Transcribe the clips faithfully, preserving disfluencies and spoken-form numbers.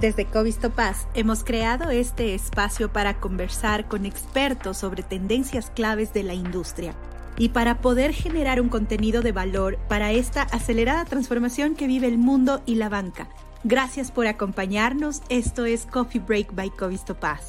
Desde Covistopaz hemos creado este espacio para conversar con expertos sobre tendencias claves de la industria y para poder generar un contenido de valor para esta acelerada transformación que vive el mundo y la banca. Gracias por acompañarnos. Esto es Coffee Break by Covistopaz.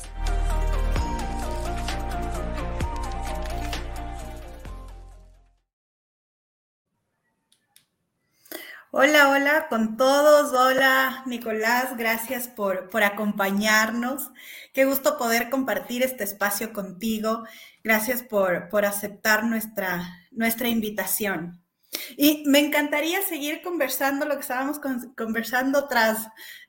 Hola, hola con todos. Hola, Nicolás. Gracias por, por acompañarnos. Qué gusto poder compartir este espacio contigo. Gracias por, por aceptar nuestra, nuestra invitación. Y me encantaría seguir conversando lo que estábamos con, conversando tras,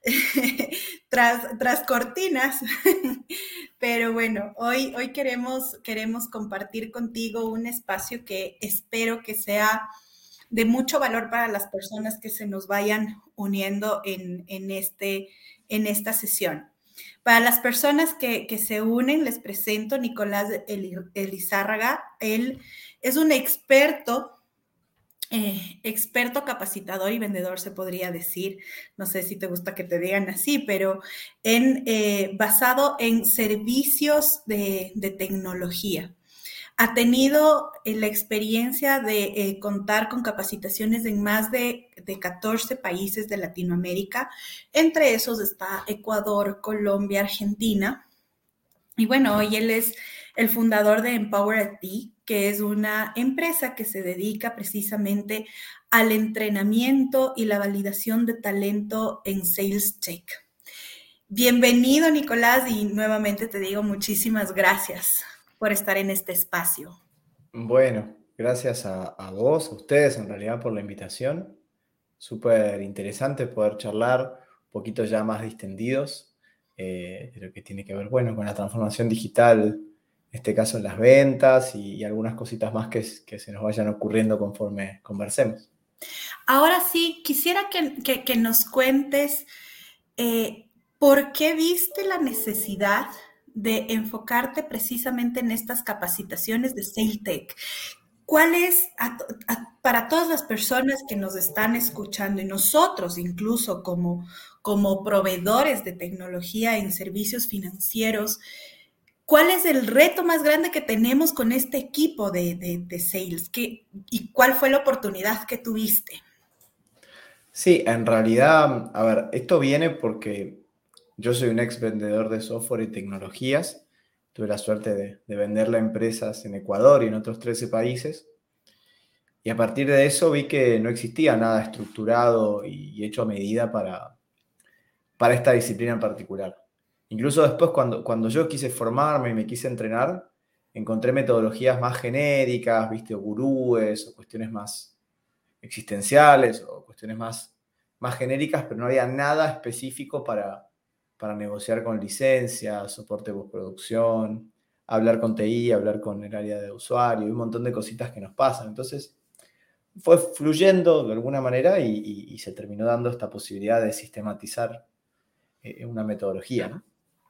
tras, tras cortinas. Pero bueno, hoy, hoy queremos, queremos compartir contigo un espacio que espero que sea de mucho valor para las personas que se nos vayan uniendo en, en, este, en esta sesión. Para las personas que, que se unen, les presento Nicolás Elizárraga. Él es un experto, eh, experto capacitador y vendedor, se podría decir. No sé si te gusta que te digan así, pero en, eh, basado en servicios de, de tecnología. Ha tenido eh, la experiencia de eh, contar con capacitaciones en más de, de catorce países de Latinoamérica. Entre esos está Ecuador, Colombia, Argentina. Y bueno, hoy él es el fundador de Empower I T, que es una empresa que se dedica precisamente al entrenamiento y la validación de talento en Sales Tech. Bienvenido, Nicolás, y nuevamente te digo muchísimas gracias por estar en este espacio. Bueno, gracias a, a vos, a ustedes en realidad por la invitación. Súper interesante poder charlar un poquito ya más distendidos eh, de lo que tiene que ver, bueno, con la transformación digital, en este caso en las ventas y, y algunas cositas más que, que se nos vayan ocurriendo conforme conversemos. Ahora sí, quisiera que, que, que nos cuentes eh, por qué viste la necesidad de enfocarte precisamente en estas capacitaciones de SailTech. ¿Cuál es, a, a, para todas las personas que nos están escuchando y nosotros incluso como, como proveedores de tecnología en servicios financieros, cuál es el reto más grande que tenemos con este equipo de, de, de sales? ¿Qué, ¿Y cuál fue la oportunidad que tuviste? Sí, en realidad, a ver, esto viene porque yo soy un ex vendedor de software y tecnologías. Tuve la suerte de, de venderle a empresas en Ecuador y en otros trece países. Y a partir de eso vi que no existía nada estructurado y hecho a medida para, para esta disciplina en particular. Incluso después, cuando, cuando yo quise formarme y me quise entrenar, encontré metodologías más genéricas, viste, o gurúes, o cuestiones más existenciales, o cuestiones más, más genéricas, pero no había nada específico para, para negociar con licencias, soporte de postproducción, hablar con T I, hablar con el área de usuario, y un montón de cositas que nos pasan. Entonces, fue fluyendo de alguna manera y, y, y se terminó dando esta posibilidad de sistematizar eh, una metodología, ¿no?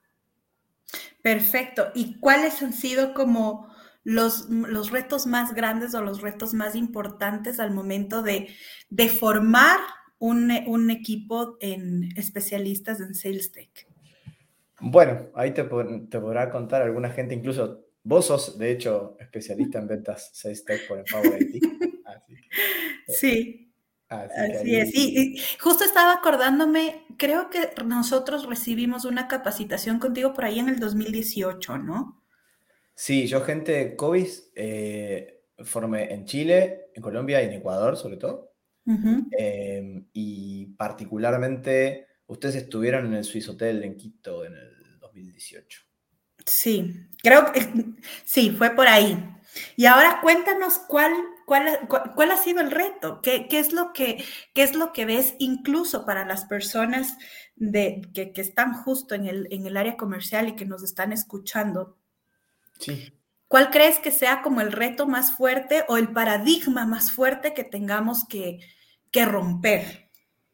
Perfecto. ¿Y cuáles han sido como los, los retos más grandes o los retos más importantes al momento de, de formar un, un equipo en especialistas en Sales Tech? Bueno, ahí te, te podrá contar alguna gente, incluso vos sos, de hecho, especialista en ventas Sales Tech por Empower I T. Así que, eh, Sí, así que así es. ahí... Y, y justo estaba acordándome, creo que nosotros recibimos una capacitación contigo por ahí en el dos mil dieciocho, ¿no? Sí, yo gente COVID eh, formé en Chile, en Colombia y en Ecuador sobre todo. Uh-huh. Eh, y particularmente ustedes estuvieron en el Swiss Hotel en Quito en el dos mil dieciocho. Sí, creo que sí, fue por ahí. Y ahora cuéntanos cuál, cuál, cuál, cuál ha sido el reto, qué, qué, es lo que, qué es lo que ves incluso para las personas de, que, que están justo en el, en el área comercial y que nos están escuchando. Sí. ¿Cuál crees que sea como el reto más fuerte o el paradigma más fuerte que tengamos que, que romper?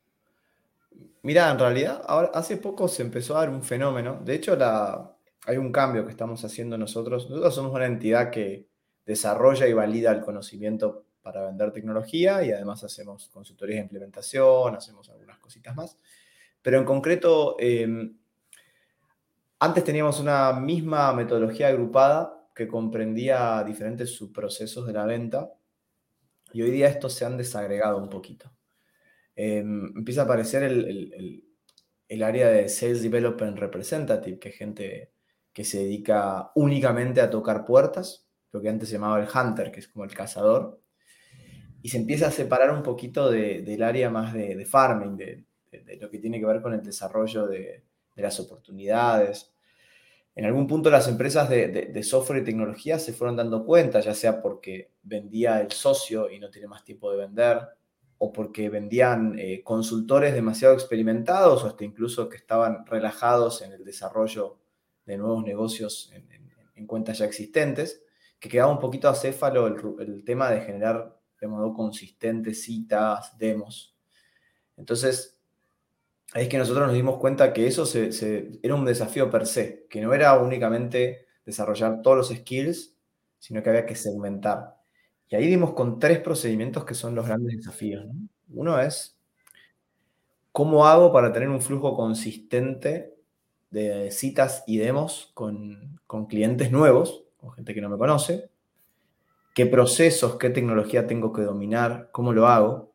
Mira, en realidad, ahora, hace poco se empezó a dar un fenómeno. De hecho, la, hay un cambio que estamos haciendo nosotros. Nosotros somos una entidad que desarrolla y valida el conocimiento para vender tecnología y además hacemos consultorías de implementación, hacemos algunas cositas más. Pero en concreto, eh, antes teníamos una misma metodología agrupada que comprendía diferentes subprocesos de la venta y hoy día estos se han desagregado un poquito. Eh, empieza a aparecer el, el, el, el área de Sales Development Representative, que es gente que se dedica únicamente a tocar puertas, lo que antes se llamaba el Hunter, que es como el cazador, y se empieza a separar un poquito de, del área más de, de farming, de, de, de, lo que tiene que ver con el desarrollo de, de las oportunidades. En algún punto las empresas de, de, de software y tecnología se fueron dando cuenta, ya sea porque vendía el socio y no tiene más tiempo de vender, o porque vendían eh, consultores demasiado experimentados, o hasta incluso que estaban relajados en el desarrollo de nuevos negocios en, en, en cuentas ya existentes, que quedaba un poquito acéfalo el, el tema de generar de modo consistente citas, demos. Entonces, ahí es que nosotros nos dimos cuenta que eso se, se, era un desafío per se, que no era únicamente desarrollar todos los skills, sino que había que segmentar. Y ahí dimos con tres procedimientos que son los grandes desafíos, ¿no? Uno es, ¿cómo hago para tener un flujo consistente de citas y demos con, con clientes nuevos, con gente que no me conoce? ¿Qué procesos, qué tecnología tengo que dominar? ¿Cómo lo hago?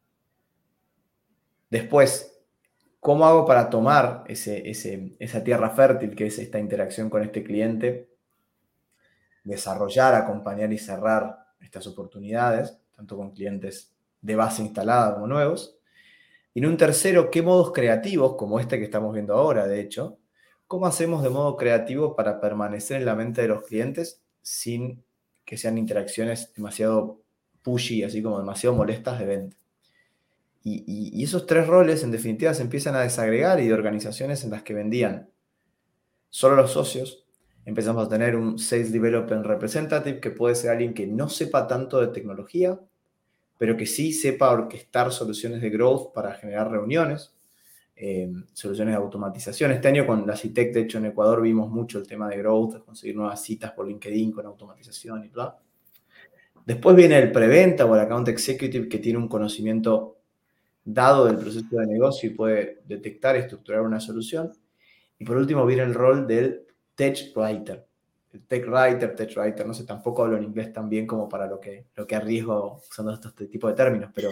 Después, ¿cómo hago para tomar ese, ese, esa tierra fértil que es esta interacción con este cliente? Desarrollar, acompañar y cerrar estas oportunidades, tanto con clientes de base instalada como nuevos. Y en un tercero, ¿qué modos creativos, como este que estamos viendo ahora, de hecho, cómo hacemos de modo creativo para permanecer en la mente de los clientes sin que sean interacciones demasiado pushy, así como demasiado molestas de venta? Y, y, y esos tres roles, en definitiva, se empiezan a desagregar y de organizaciones en las que vendían solo los socios, empezamos a tener un Sales Development Representative, que puede ser alguien que no sepa tanto de tecnología, pero que sí sepa orquestar soluciones de growth para generar reuniones, eh, soluciones de automatización. Este año con la CITEC, de hecho, en Ecuador vimos mucho el tema de growth, de conseguir nuevas citas por LinkedIn con automatización y bla. Después viene el preventa o el account executive, que tiene un conocimiento dado del proceso de negocio y puede detectar y estructurar una solución. Y por último viene el rol del Tech Writer. El Tech Writer, Tech Writer, no sé, tampoco hablo en inglés tan bien como para lo que, lo que arriesgo usando estos tipos de términos, pero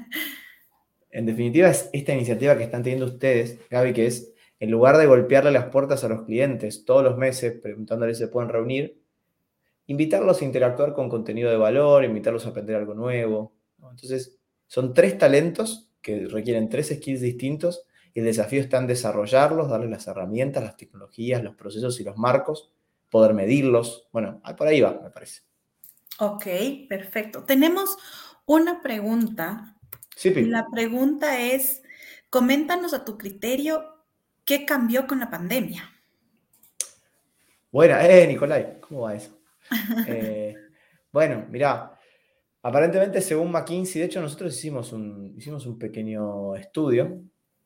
en definitiva es esta iniciativa que están teniendo ustedes, Gaby, que es, en lugar de golpearle las puertas a los clientes todos los meses preguntándoles si se pueden reunir, invitarlos a interactuar con contenido de valor, invitarlos a aprender algo nuevo, ¿no? Entonces, son tres talentos que requieren tres skills distintos y el desafío está en desarrollarlos, darles las herramientas, las tecnologías, los procesos y los marcos, poder medirlos. Bueno, por ahí va, me parece. Ok, perfecto. Tenemos una pregunta. Sí, Pi. La pregunta es, coméntanos a tu criterio, ¿qué cambió con la pandemia? Buena, eh, Nicolai, ¿cómo va eso? Eh, bueno, mirá, aparentemente según McKinsey, de hecho nosotros hicimos un, hicimos un pequeño estudio.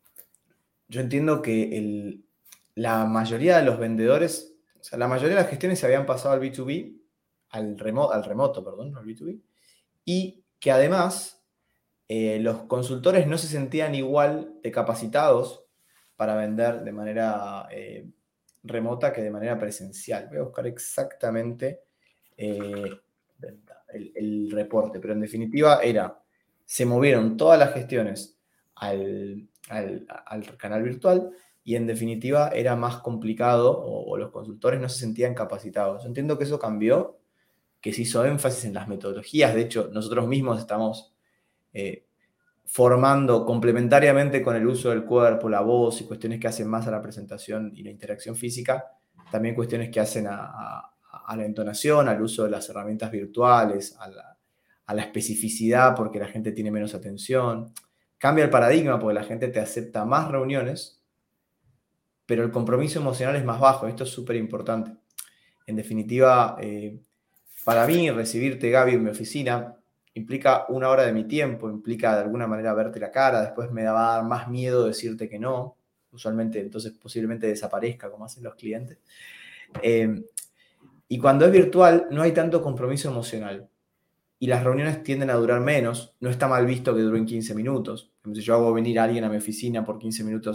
Yo entiendo que el, la mayoría de los vendedores, o sea, la mayoría de las gestiones se habían pasado al B dos B, al, remo, al remoto, perdón, al B dos B, y que además eh, los consultores no se sentían igual de capacitados para vender de manera eh, remota que de manera presencial. Voy a buscar exactamente eh, el, el reporte, pero en definitiva era, se movieron todas las gestiones al, al, al canal virtual y en definitiva era más complicado o, o los consultores no se sentían capacitados. Yo entiendo que eso cambió, que se hizo énfasis en las metodologías. De hecho, nosotros mismos estamos eh, formando complementariamente con el uso del cuerpo, la voz y cuestiones que hacen más a la presentación y la interacción física, también cuestiones que hacen a, a, a la entonación, al uso de las herramientas virtuales, a la, a la especificidad porque la gente tiene menos atención. Cambia el paradigma porque la gente te acepta más reuniones, pero el compromiso emocional es más bajo. Esto es súper importante. En definitiva, eh, para mí, recibirte, Gaby, en mi oficina implica una hora de mi tiempo, implica de alguna manera verte la cara, después me va a dar más miedo decirte que no, usualmente entonces posiblemente desaparezca como hacen los clientes. Eh, y cuando es virtual no hay tanto compromiso emocional y las reuniones tienden a durar menos, no está mal visto que duren quince minutos. Si yo hago venir a alguien a mi oficina por quince minutos,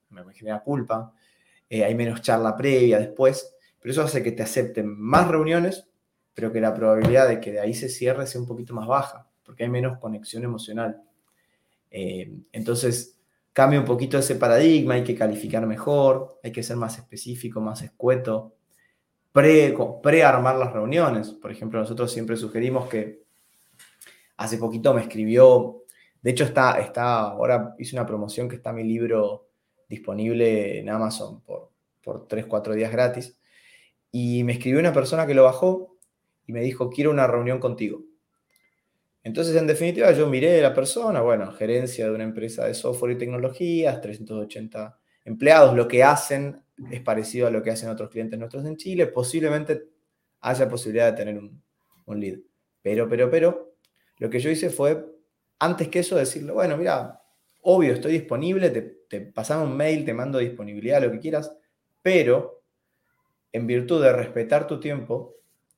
me genera culpa, eh, hay menos charla previa después, pero eso hace que te acepten más reuniones, pero que la probabilidad de que de ahí se cierre sea un poquito más baja, porque hay menos conexión emocional. Eh, entonces, cambia un poquito ese paradigma, hay que calificar mejor, hay que ser más específico, más escueto, pre, pre-armar las reuniones. Por ejemplo, nosotros siempre sugerimos que hace poquito me escribió, de hecho está, está ahora hice una promoción que está mi libro disponible en Amazon por, por tres cuatro días gratis, y me escribió una persona que lo bajó y me dijo, quiero una reunión contigo. Entonces, en definitiva, yo miré a la persona, bueno, gerencia de una empresa de software y tecnologías, trescientos ochenta empleados, lo que hacen es parecido a lo que hacen otros clientes nuestros en Chile, posiblemente haya posibilidad de tener un, un lead. Pero, pero, pero, lo que yo hice fue, antes que eso, decirle, bueno, mira, obvio, estoy disponible, te, te pasamos un mail, te mando disponibilidad, lo que quieras, pero en virtud de respetar tu tiempo,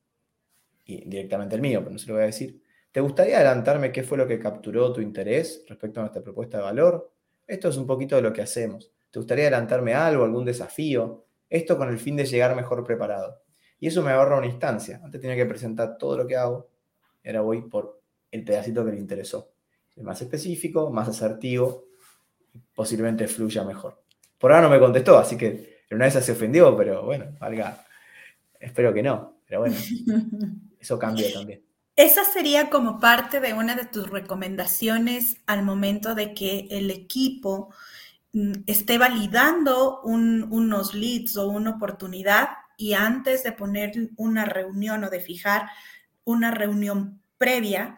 y directamente el mío, pero no se lo voy a decir, ¿te gustaría adelantarme qué fue lo que capturó tu interés respecto a nuestra propuesta de valor? Esto es un poquito de lo que hacemos. ¿Te gustaría adelantarme algo, algún desafío? Esto con el fin de llegar mejor preparado. Y eso me ahorra una instancia. Antes tenía que presentar todo lo que hago, y ahora voy por el pedacito que le interesó. Es más específico, más asertivo, y posiblemente fluya mejor. Por ahora no me contestó, así que una vez se ofendió, pero bueno, valga. Espero que no, pero bueno, eso cambió también. Esa sería como parte de una de tus recomendaciones al momento de que el equipo mm, esté validando un- unos leads o una oportunidad y antes de poner una reunión o de fijar una reunión previa,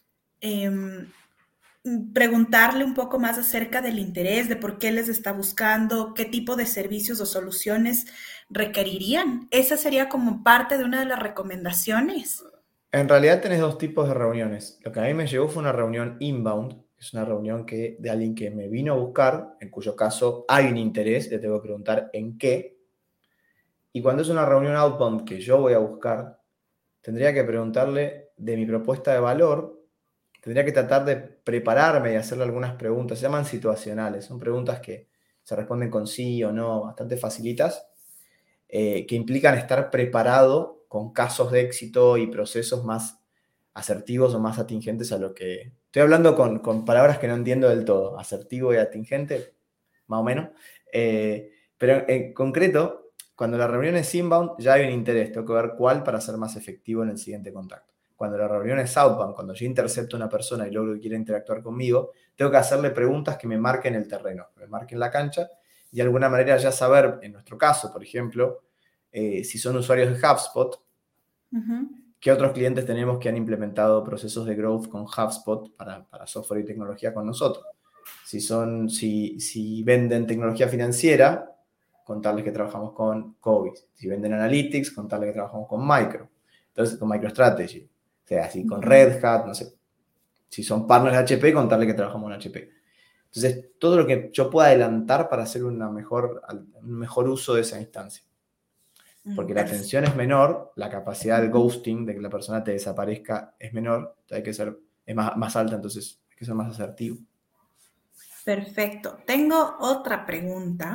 em, preguntarle un poco más acerca del interés, de por qué les está buscando, qué tipo de servicios o soluciones requerirían. Esa sería como parte de una de las recomendaciones. En realidad tenés dos tipos de reuniones. Lo que a mí me llegó fue una reunión inbound, que es una reunión que, de alguien que me vino a buscar, en cuyo caso hay un interés, le tengo que preguntar en qué. Y cuando es una reunión outbound que yo voy a buscar, tendría que preguntarle de mi propuesta de valor, tendría que tratar de prepararme y hacerle algunas preguntas. Se llaman situacionales, son preguntas que se responden con sí o no, bastante facilitas, eh, que implican estar preparado con casos de éxito y procesos más asertivos o más atingentes a lo que... Estoy hablando con, con palabras que no entiendo del todo, asertivo y atingente, más o menos. Eh, pero en concreto, cuando la reunión es inbound, ya hay un interés, tengo que ver cuál para ser más efectivo en el siguiente contacto. Cuando la reunión es outbound, cuando yo intercepto a una persona y logro que quiera interactuar conmigo, tengo que hacerle preguntas que me marquen el terreno, que me marquen la cancha, y de alguna manera ya saber, en nuestro caso, por ejemplo, eh, si son usuarios de HubSpot, Uh-huh. ¿qué otros clientes tenemos que han implementado procesos de growth con HubSpot para, para software y tecnología con nosotros? Si, son, si, si venden tecnología financiera, contarles que trabajamos con Cobis. Si venden Analytics, contarles que trabajamos con Micro. Entonces, con MicroStrategy. O sea, si con Red Hat, no sé. Si son partners de H P, contarles que trabajamos en H P. Entonces, todo lo que yo pueda adelantar para hacer una mejor, un mejor uso de esa instancia. Porque la atención es menor, la capacidad de ghosting, de que la persona te desaparezca, es menor, hay que ser, es más, más alta, entonces hay que ser más asertivo. Perfecto. Tengo otra pregunta.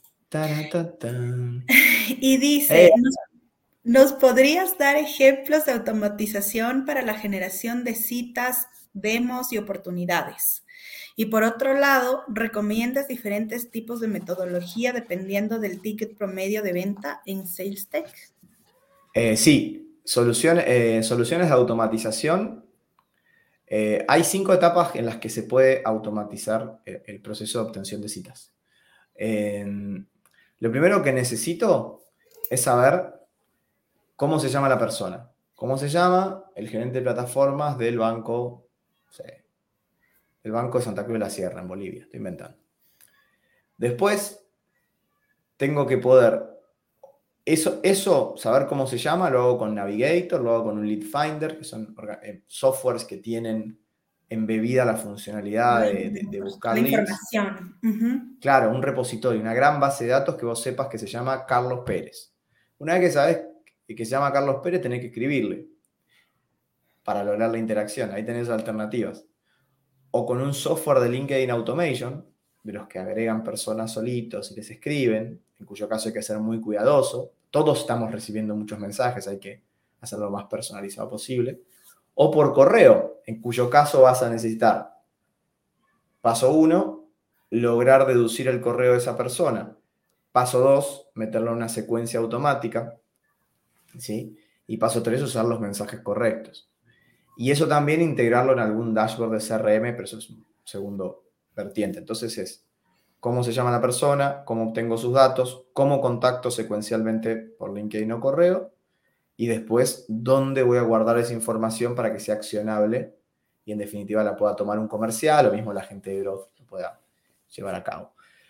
Taratatan. Y Eh, dice, ¿nos, nos podrías dar ejemplos de automatización para la generación de citas, demos y oportunidades? Y por otro lado, ¿recomiendas diferentes tipos de metodología dependiendo del ticket promedio de venta en SalesTech? eh, sí, soluciones, eh, soluciones de automatización. Eh, hay cinco etapas en las que se puede automatizar el, el proceso de obtención de citas. Eh, lo primero que necesito es saber cómo se llama la persona. ¿Cómo se llama? El gerente de plataformas del banco, no sé, el Banco de Santa Cruz de la Sierra, en Bolivia, estoy inventando. Después, tengo que poder, eso, eso, saber cómo se llama, lo hago con Navigator, lo hago con un Lead Finder, que son eh, softwares que tienen embebida la funcionalidad de, de, de buscar La leads. información. Uh-huh. Claro, un repositorio, una gran base de datos que vos sepas que se llama Carlos Pérez. Una vez que sabes que se llama Carlos Pérez, tenés que escribirle para lograr la interacción. Ahí tenés alternativas. O con un software de LinkedIn Automation, de los que agregan personas solitos y les escriben, en cuyo caso hay que ser muy cuidadoso. Todos estamos recibiendo muchos mensajes, hay que hacerlo lo más personalizado posible. O por correo, en cuyo caso vas a necesitar, paso uno, lograr deducir el correo de esa persona. Paso dos, meterlo en una secuencia automática. ¿Sí? Y paso tres, usar los mensajes correctos. Y eso también integrarlo en algún dashboard de C R M, pero eso es un segundo vertiente. Entonces es cómo se llama la persona, cómo obtengo sus datos, cómo contacto secuencialmente por LinkedIn o correo, y después dónde voy a guardar esa información para que sea accionable y en definitiva la pueda tomar un comercial o mismo la gente de Growth lo pueda llevar a cabo.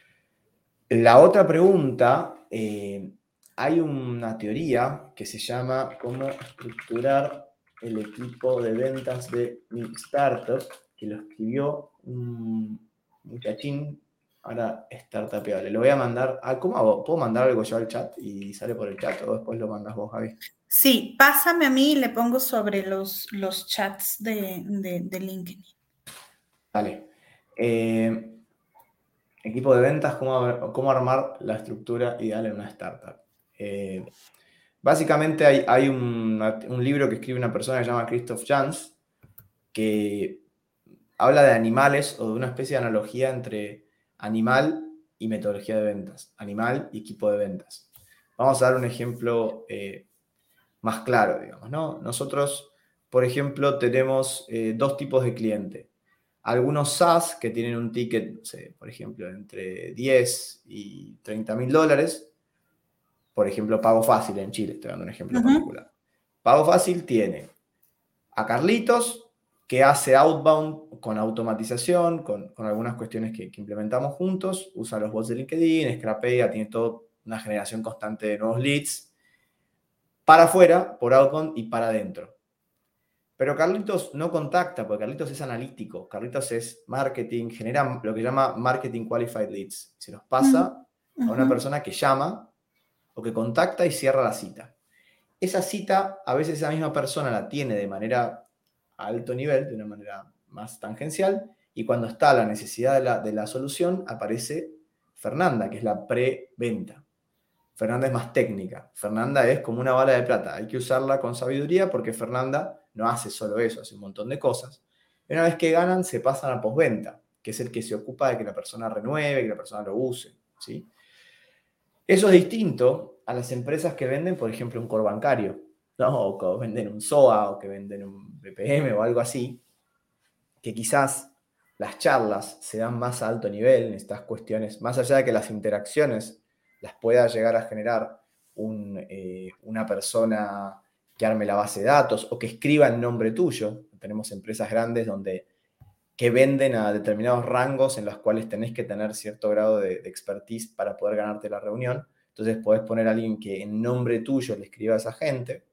La otra pregunta, eh, hay una teoría que se llama cómo estructurar el equipo de ventas de mi startup, que lo escribió un muchachín, ahora startupeable. Lo voy a mandar, a, ¿cómo hago? ¿Puedo mandar algo yo al chat y sale por el chat o después lo mandas vos, Javi? Sí, pásame a mí y le pongo sobre los, los chats de, de, de LinkedIn. Dale. Eh, equipo de ventas, ¿cómo, cómo armar la estructura ideal en una startup? Eh, básicamente hay, hay un, un libro que escribe una persona que se llama Christoph Jans, que habla de animales o de una especie de analogía entre animal y metodología de ventas, animal y equipo de ventas. Vamos a dar un ejemplo eh, más claro, digamos, ¿no? Nosotros, por ejemplo, tenemos eh, dos tipos de cliente. Algunos SaaS que tienen un ticket, no sé, por ejemplo, entre diez y treinta mil dólares. Por ejemplo, Pago Fácil en Chile, estoy dando un ejemplo uh-huh. particular. Pago Fácil tiene a Carlitos, que hace outbound con automatización, con, con algunas cuestiones que, que implementamos juntos, usa los bots de LinkedIn, scrapea, tiene toda una generación constante de nuevos leads, para afuera, por outbound y para adentro. Pero Carlitos no contacta, porque Carlitos es analítico, Carlitos es marketing, genera lo que llama marketing qualified leads. Se los pasa uh-huh. a una persona que llama o que contacta y cierra la cita. Esa cita, a veces esa misma persona la tiene de manera a alto nivel, de una manera más tangencial, y cuando está la necesidad de la, de la solución, aparece Fernanda, que es la preventa. Fernanda es más técnica. Fernanda es como una bala de plata. Hay que usarla con sabiduría porque Fernanda no hace solo eso, hace un montón de cosas. Y una vez que ganan, se pasan a postventa, que es el que se ocupa de que la persona renueve, que la persona lo use, ¿sí? Eso es distinto a las empresas que venden, por ejemplo, un core bancario, ¿no? O que venden un S O A, o que venden un B P M o algo así, que quizás las charlas se dan más a alto nivel en estas cuestiones, más allá de que las interacciones las pueda llegar a generar un, eh, una persona que arme la base de datos o que escriba en nombre tuyo. Tenemos empresas grandes donde que venden a determinados rangos en los cuales tenés que tener cierto grado de, de expertise para poder ganarte la reunión. Entonces podés poner a alguien que en nombre tuyo le escriba a esa gente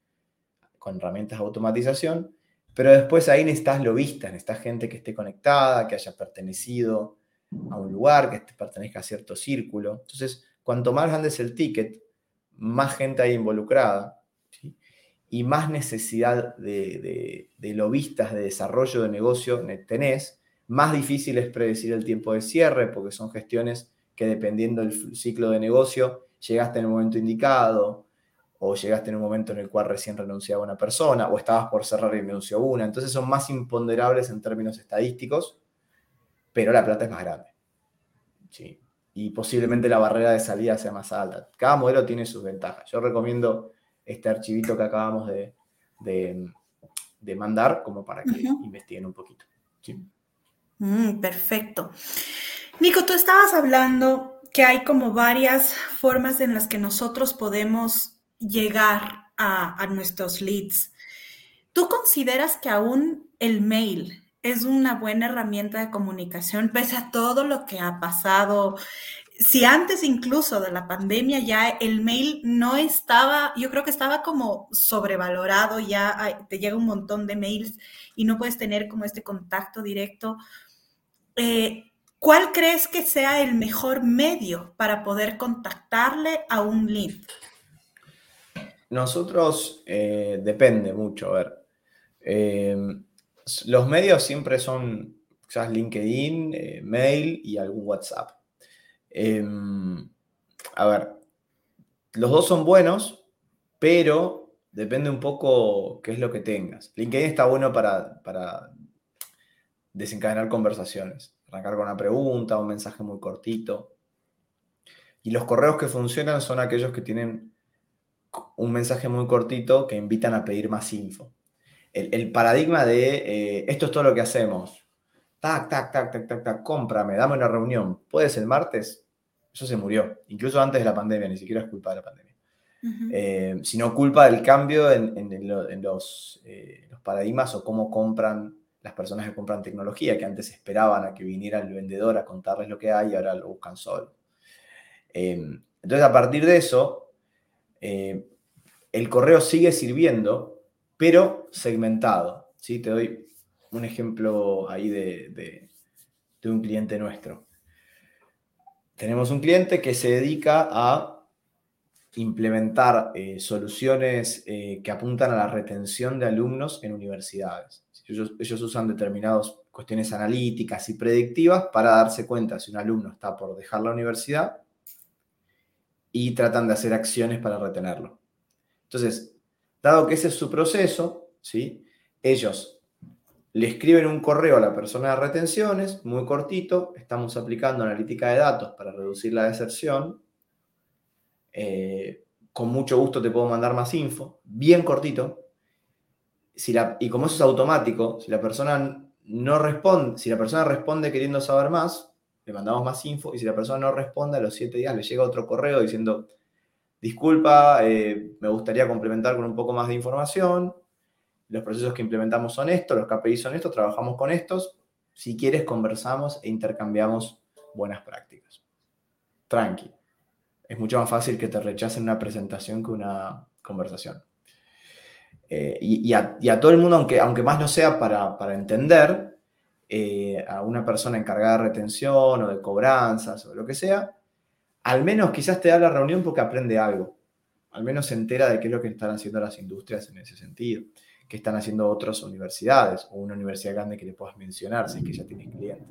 con herramientas de automatización, pero después ahí necesitas lobistas, necesitas gente que esté conectada, que haya pertenecido a un lugar, que pertenezca a cierto círculo. Entonces, cuanto más grande es el ticket, más gente hay involucrada, ¿sí? Y más necesidad de, de, de lobistas de desarrollo de negocio tenés, más difícil es predecir el tiempo de cierre, porque son gestiones que dependiendo del ciclo de negocio, llegaste en el momento indicado, o llegaste en un momento en el cual recién renunciaba una persona, o estabas por cerrar y renunció una. Entonces son más imponderables en términos estadísticos, pero la plata es más grande, ¿sí? Y posiblemente la barrera de salida sea más alta. Cada modelo tiene sus ventajas. Yo recomiendo este archivito que acabamos de, de, de mandar como para que uh-huh. investiguen un poquito. ¿Sí? Mm, perfecto. Nico, tú estabas hablando que hay como varias formas en las que nosotros podemos llegar a, a nuestros leads. ¿Tú consideras que aún el mail es una buena herramienta de comunicación pese a todo lo que ha pasado? Si antes incluso de la pandemia ya el mail no estaba, yo creo que estaba como sobrevalorado, ya te llega un montón de mails y no puedes tener como este contacto directo. Eh, ¿Cuál crees que sea el mejor medio para poder contactarle a un lead? Nosotros, eh, depende mucho, a ver. Eh, los medios siempre son, usás LinkedIn, eh, mail y algún WhatsApp. Eh, a ver, los dos son buenos, pero depende un poco qué es lo que tengas. LinkedIn está bueno para, para desencadenar conversaciones, arrancar con una pregunta, un mensaje muy cortito. Y los correos que funcionan son aquellos que tienen un mensaje muy cortito que invitan a pedir más info. El, el paradigma de eh, esto es todo lo que hacemos. Tac, tac, tac, tac, tac, tac, cómprame, dame una reunión. ¿Puedes el martes? Eso se murió. Incluso antes de la pandemia, ni siquiera es culpa de la pandemia. Uh-huh. Eh, sino culpa del cambio en, en, en, lo, en los, eh, los paradigmas o cómo compran las personas que compran tecnología, que antes esperaban a que viniera el vendedor a contarles lo que hay y ahora lo buscan solo. Eh, entonces, a partir de eso, eh, el correo sigue sirviendo, pero segmentado, ¿sí? Te doy un ejemplo ahí de, de, de un cliente nuestro. Tenemos un cliente que se dedica a implementar eh, soluciones eh, que apuntan a la retención de alumnos en universidades. Ellos, ellos usan determinadas cuestiones analíticas y predictivas para darse cuenta si un alumno está por dejar la universidad y tratan de hacer acciones para retenerlo. Entonces, dado que ese es su proceso, ¿sí? Ellos le escriben un correo a la persona de retenciones, muy cortito, estamos aplicando analítica de datos para reducir la deserción, eh, con mucho gusto te puedo mandar más info, bien cortito, si la, y como eso es automático, si la persona no responde, si la persona responde queriendo saber más, le mandamos más info, y si la persona no responde, a los siete días le llega otro correo diciendo, disculpa, eh, me gustaría complementar con un poco más de información, los procesos que implementamos son estos, los K P I son estos, trabajamos con estos, si quieres conversamos e intercambiamos buenas prácticas. Tranqui. Es mucho más fácil que te rechacen una presentación que una conversación. Eh, y, y, a, y a todo el mundo, aunque, aunque más no sea para, para entender, eh, a una persona encargada de retención o de cobranzas o lo que sea, al menos quizás te da la reunión porque aprende algo. Al menos se entera de qué es lo que están haciendo las industrias en ese sentido, qué están haciendo otras universidades o una universidad grande que le puedas mencionar si es que ya tienes clientes.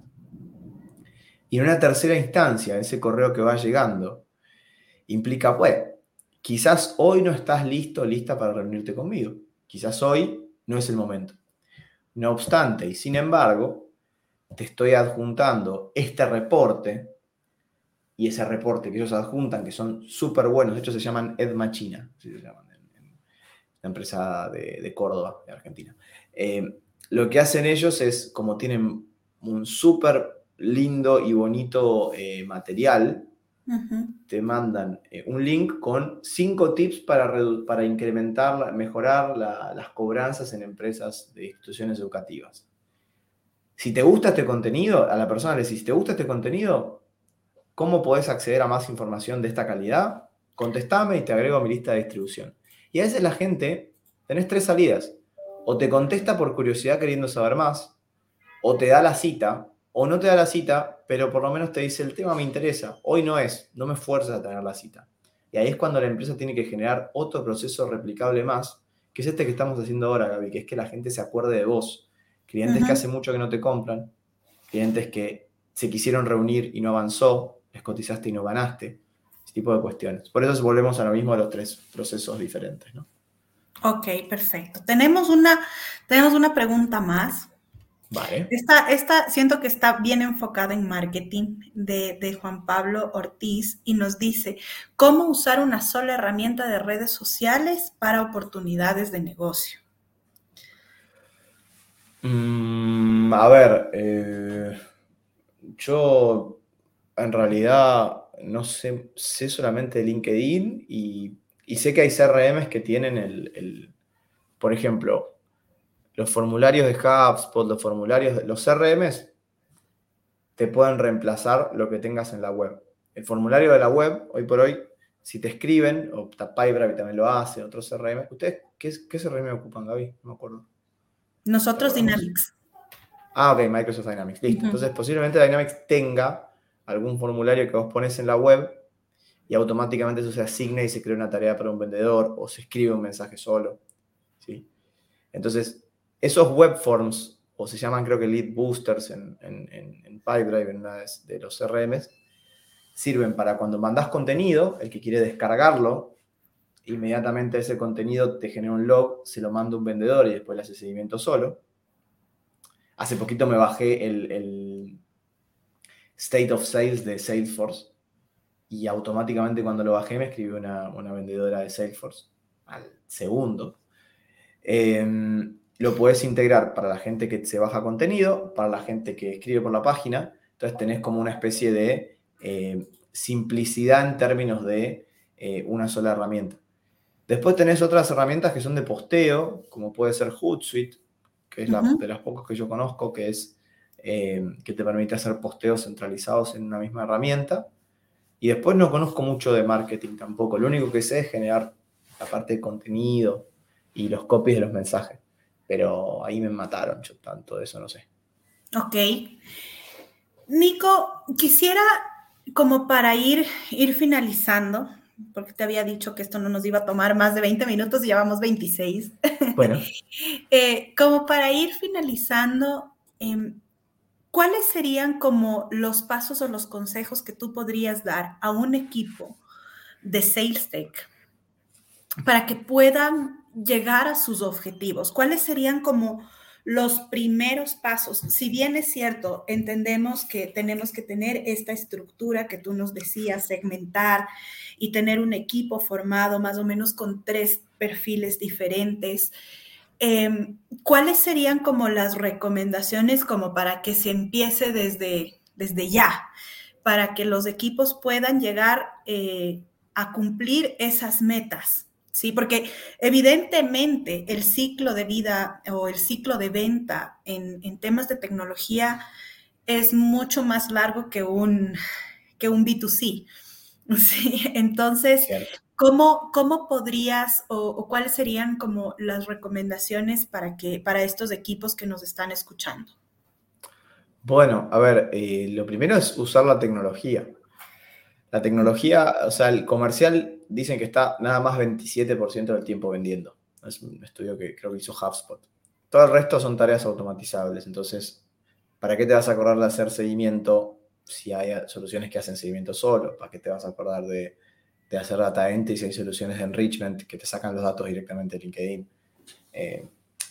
Y en una tercera instancia, ese correo que va llegando implica, bueno, quizás hoy no estás listo, lista para reunirte conmigo. Quizás hoy no es el momento. No obstante, y sin embargo, te estoy adjuntando este reporte, y ese reporte que ellos adjuntan, que son súper buenos, de hecho se llaman EdMachina, así se llaman, en, en la empresa de, de Córdoba, de Argentina. Eh, lo que hacen ellos es, como tienen un súper lindo y bonito eh, material, uh-huh. te mandan eh, un link con cinco tips para, para incrementar, mejorar la, las cobranzas en empresas de instituciones educativas. Si te gusta este contenido, a la persona le decís, si te gusta este contenido, ¿cómo podés acceder a más información de esta calidad? Contestame y te agrego a mi lista de distribución. Y a veces la gente, tenés tres salidas. O te contesta por curiosidad queriendo saber más, o te da la cita, o no te da la cita, pero por lo menos te dice, el tema me interesa, hoy no es, no me fuerzas a tener la cita. Y ahí es cuando la empresa tiene que generar otro proceso replicable más, que es este que estamos haciendo ahora, Gaby, que es que la gente se acuerde de vos. Clientes uh-huh. que hace mucho que no te compran, clientes que se quisieron reunir y no avanzó, les cotizaste y no ganaste, ese tipo de cuestiones. Por eso volvemos a lo mismo de los tres procesos diferentes, ¿no? Ok, perfecto. Tenemos una, tenemos una pregunta más. Vale. Esta, esta siento que está bien enfocada en marketing de, de Juan Pablo Ortiz y nos dice, ¿cómo usar una sola herramienta de redes sociales para oportunidades de negocio? Mm, a ver, eh, yo en realidad no sé, sé solamente de LinkedIn y, y sé que hay C R Ms que tienen el, el, por ejemplo, los formularios de HubSpot, los formularios, de, los C R Ms te pueden reemplazar lo que tengas en la web. El formulario de la web, hoy por hoy, si te escriben, o Pipedrive también lo hace, otros C R M, ¿ustedes qué, qué C R M ocupan, Gaby? No me acuerdo. Nosotros Dynamics. Ah, ok, Microsoft Dynamics, listo. Uh-huh. Entonces, posiblemente Dynamics tenga algún formulario que vos pones en la web y automáticamente eso se asigna y se crea una tarea para un vendedor o se escribe un mensaje solo, ¿sí? Entonces, esos web forms o se llaman creo que lead boosters en, en, en, en Pipedrive, en una de, de los C R Ms, sirven para cuando mandás contenido, el que quiere descargarlo, inmediatamente ese contenido te genera un log, se lo manda un vendedor y después le hace seguimiento solo. Hace poquito me bajé el, el State of Sales de Salesforce y automáticamente cuando lo bajé me escribió una, una vendedora de Salesforce al segundo. Eh, lo puedes integrar para la gente que se baja contenido, para la gente que escribe por la página. Entonces tenés como una especie de eh, simplicidad en términos de eh, una sola herramienta. Después tenés otras herramientas que son de posteo, como puede ser Hootsuite, que es uh-huh. la, de las pocas que yo conozco, que es eh, que te permite hacer posteos centralizados en una misma herramienta. Y después no conozco mucho de marketing tampoco. Lo único que sé es generar la parte de contenido y los copies de los mensajes. Pero ahí me mataron, yo tanto de eso no sé. Ok. Nico, quisiera como para ir, ir finalizando, porque te había dicho que esto no nos iba a tomar más de veinte minutos y llevamos veintiséis. Bueno. eh, como para ir finalizando, eh, ¿cuáles serían como los pasos o los consejos que tú podrías dar a un equipo de SalesTech para que puedan llegar a sus objetivos? ¿Cuáles serían como los primeros pasos? Si bien es cierto, entendemos que tenemos que tener esta estructura que tú nos decías, segmentar y tener un equipo formado más o menos con tres perfiles diferentes. Eh, ¿Cuáles serían como las recomendaciones como para que se empiece desde, desde ya? Para que los equipos puedan llegar eh, a cumplir esas metas. Sí, porque evidentemente el ciclo de vida o el ciclo de venta en, en temas de tecnología es mucho más largo que un, que un B dos C. Sí, entonces, ¿cómo, cómo podrías o, o cuáles serían como las recomendaciones para, que, para estos equipos que nos están escuchando? Bueno, a ver, eh, lo primero es usar la tecnología. La tecnología, o sea, el comercial dicen que está nada más veintisiete por ciento del tiempo vendiendo. Es un estudio que creo que hizo HubSpot. Todo el resto son tareas automatizables. Entonces, ¿para qué te vas a acordar de hacer seguimiento si hay soluciones que hacen seguimiento solo? ¿Para qué te vas a acordar de, de hacer data entry si hay soluciones de enrichment que te sacan los datos directamente de LinkedIn? Eh,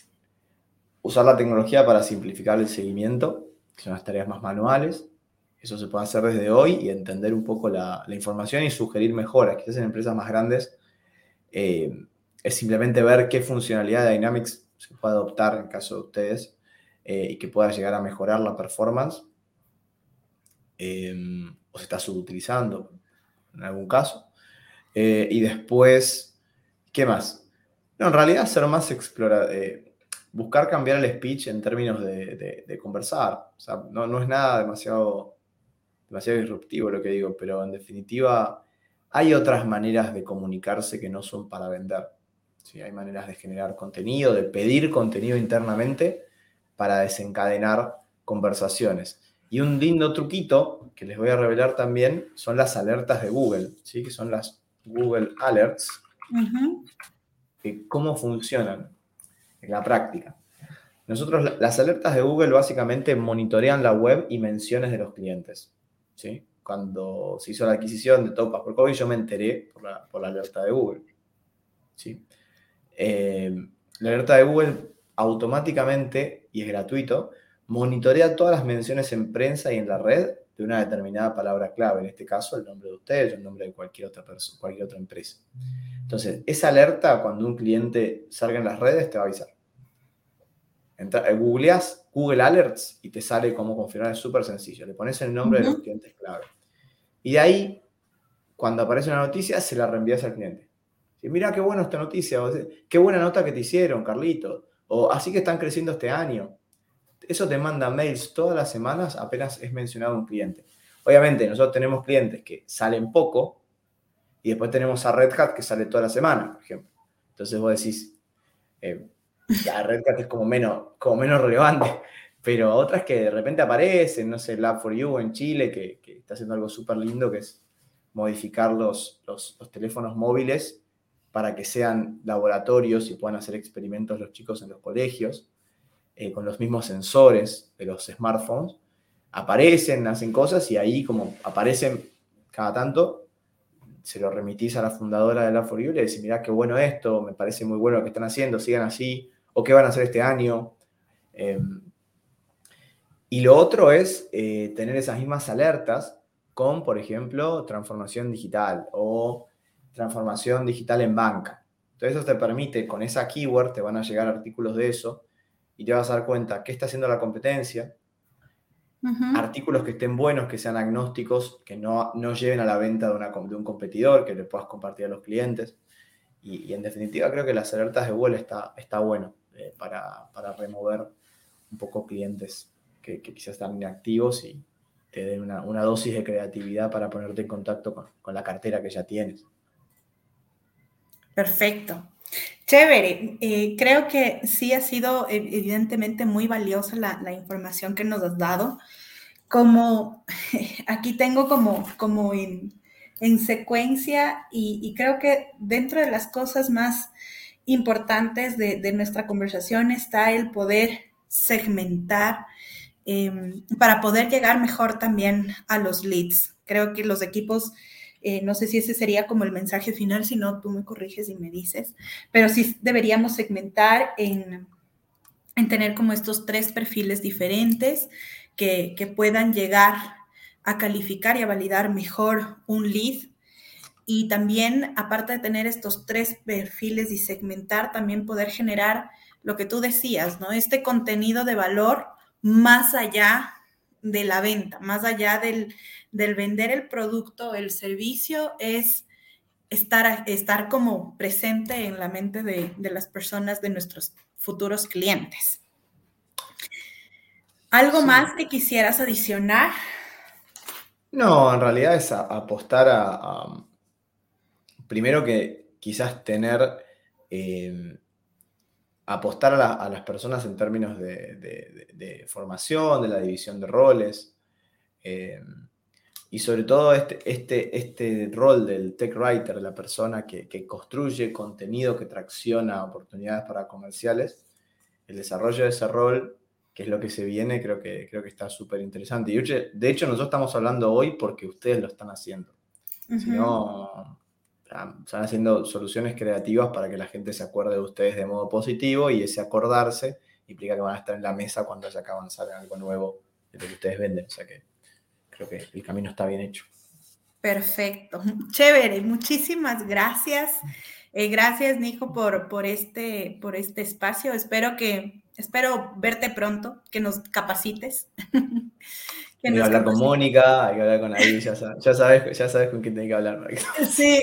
usar la tecnología para simplificar el seguimiento, que son las tareas más manuales. Eso se puede hacer desde hoy y entender un poco la, la información y sugerir mejoras. Quizás en empresas más grandes eh, es simplemente ver qué funcionalidad de Dynamics se puede adoptar en caso de ustedes eh, y que pueda llegar a mejorar la performance eh, o se está subutilizando en algún caso. Eh, y después, ¿qué más? No, en realidad ser más explorador. Eh, buscar cambiar el speech en términos de, de, de conversar. O sea, no, no es nada demasiado... demasiado disruptivo lo que digo, pero en definitiva hay otras maneras de comunicarse que no son para vender. ¿Sí? Hay maneras de generar contenido, de pedir contenido internamente para desencadenar conversaciones. Y un lindo truquito que les voy a revelar también son las alertas de Google, ¿sí? Que son las Google Alerts. Uh-huh. Que ¿Cómo funcionan en la práctica? Nosotros, las alertas de Google básicamente monitorean la web y menciones de los clientes. ¿Sí? Cuando se hizo la adquisición de Topaz por COVID, yo me enteré por la, por la alerta de Google. ¿Sí? Eh, la alerta de Google automáticamente, y es gratuito, monitorea todas las menciones en prensa y en la red de una determinada palabra clave, en este caso el nombre de ustedes o el nombre de cualquier otra persona, cualquier otra empresa. Entonces, esa alerta, cuando un cliente salga en las redes, te va a avisar. Entra, googleas Google Alerts y te sale cómo confirmar, es súper sencillo. Le pones el nombre uh-huh. de los clientes clave. Y de ahí, cuando aparece una noticia, se la reenvías al cliente. ¿Sí? Mira qué buena esta noticia, o qué buena nota que te hicieron, Carlito. O así que están creciendo este año. Eso te manda mails todas las semanas apenas es mencionado un cliente. Obviamente, nosotros tenemos clientes que salen poco y después tenemos a Red Hat que sale toda la semana, por ejemplo. Entonces vos decís... Eh, la Red Hat es como menos, como menos relevante, pero otras que de repente aparecen, no sé, Lab for You en Chile, que, que está haciendo algo súper lindo, que es modificar los, los, los teléfonos móviles para que sean laboratorios y puedan hacer experimentos los chicos en los colegios. eh, con los mismos sensores de los smartphones, aparecen, hacen cosas y ahí como aparecen cada tanto, se lo remitís a la fundadora de la For You y le decís, mirá qué bueno esto, me parece muy bueno lo que están haciendo, sigan así, o qué van a hacer este año. Eh, y lo otro es eh, tener esas mismas alertas con, por ejemplo, transformación digital o transformación digital en banca. Entonces eso te permite, con esa keyword te van a llegar artículos de eso y te vas a dar cuenta qué está haciendo la competencia, uh-huh. artículos que estén buenos, que sean agnósticos, que no, no lleven a la venta de, una, de un competidor, que le puedas compartir a los clientes. Y, y en definitiva creo que las alertas de Google está, está bueno eh, para, para remover un poco clientes que, que quizás están inactivos y te den una, una dosis de creatividad para ponerte en contacto con, con la cartera que ya tienes. Perfecto. Chévere. Eh, creo que sí ha sido evidentemente muy valiosa la, la información que nos has dado. Como aquí tengo como, como en, en secuencia y, y creo que dentro de las cosas más importantes de, de nuestra conversación está el poder segmentar eh, para poder llegar mejor también a los leads. Creo que los equipos, eh, no sé si ese sería como el mensaje final, si no, tú me corriges y me dices, pero sí deberíamos segmentar en, en tener como estos tres perfiles diferentes que, que puedan llegar a calificar y a validar mejor un lead. Y también, aparte de tener estos tres perfiles y segmentar, también poder generar lo que tú decías, ¿no? Este contenido de valor más allá de la venta, más allá del, del vender el producto, el servicio, es estar, estar como presente en la mente de, de las personas, de nuestros futuros clientes. ¿Algo sí. más que quisieras adicionar? No, en realidad es a, a apostar a, a, primero que quizás tener, eh, apostar a, la, a las personas en términos de, de, de, de formación, de la división de roles, eh, y sobre todo este, este, este rol del tech writer, la persona que, que construye contenido que tracciona oportunidades para comerciales, el desarrollo de ese rol, que es lo que se viene, creo que, creo que está súper interesante. Y de hecho, nosotros estamos hablando hoy porque ustedes lo están haciendo. Uh-huh. Si no, están haciendo soluciones creativas para que la gente se acuerde de ustedes de modo positivo, y ese acordarse implica que van a estar en la mesa cuando haya que avanzar en algo nuevo de lo que ustedes venden. O sea que creo que el camino está bien hecho. Perfecto. Chévere. Muchísimas gracias. Eh, gracias, Nico, por, por, este, por este espacio. Espero que, espero verte pronto, que nos capacites. que hay que hablar capacites. Con Mónica, hay que hablar con ahí, ya sabes, ya sabes, ya sabes con quién tenés que hablar. Sí.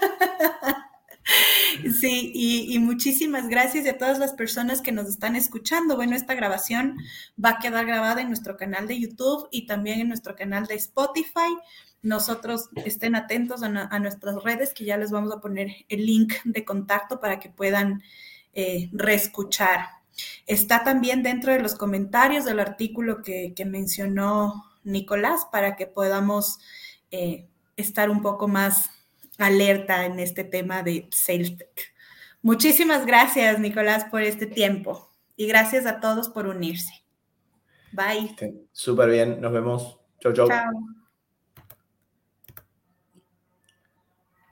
Sí, y, y muchísimas gracias a todas las personas que nos están escuchando. Bueno, esta grabación va a quedar grabada en nuestro canal de YouTube y también en nuestro canal de Spotify. Nosotros estén atentos a, a nuestras redes, que ya les vamos a poner el link de contacto para que puedan eh, reescuchar. Está también dentro de los comentarios del artículo que, que mencionó Nicolás, para que podamos eh, estar un poco más alerta en este tema de Sales Tech. Muchísimas gracias, Nicolás, por este tiempo, y gracias a todos por unirse. Bye. Súper bien, nos vemos. Chau, chau. Chao.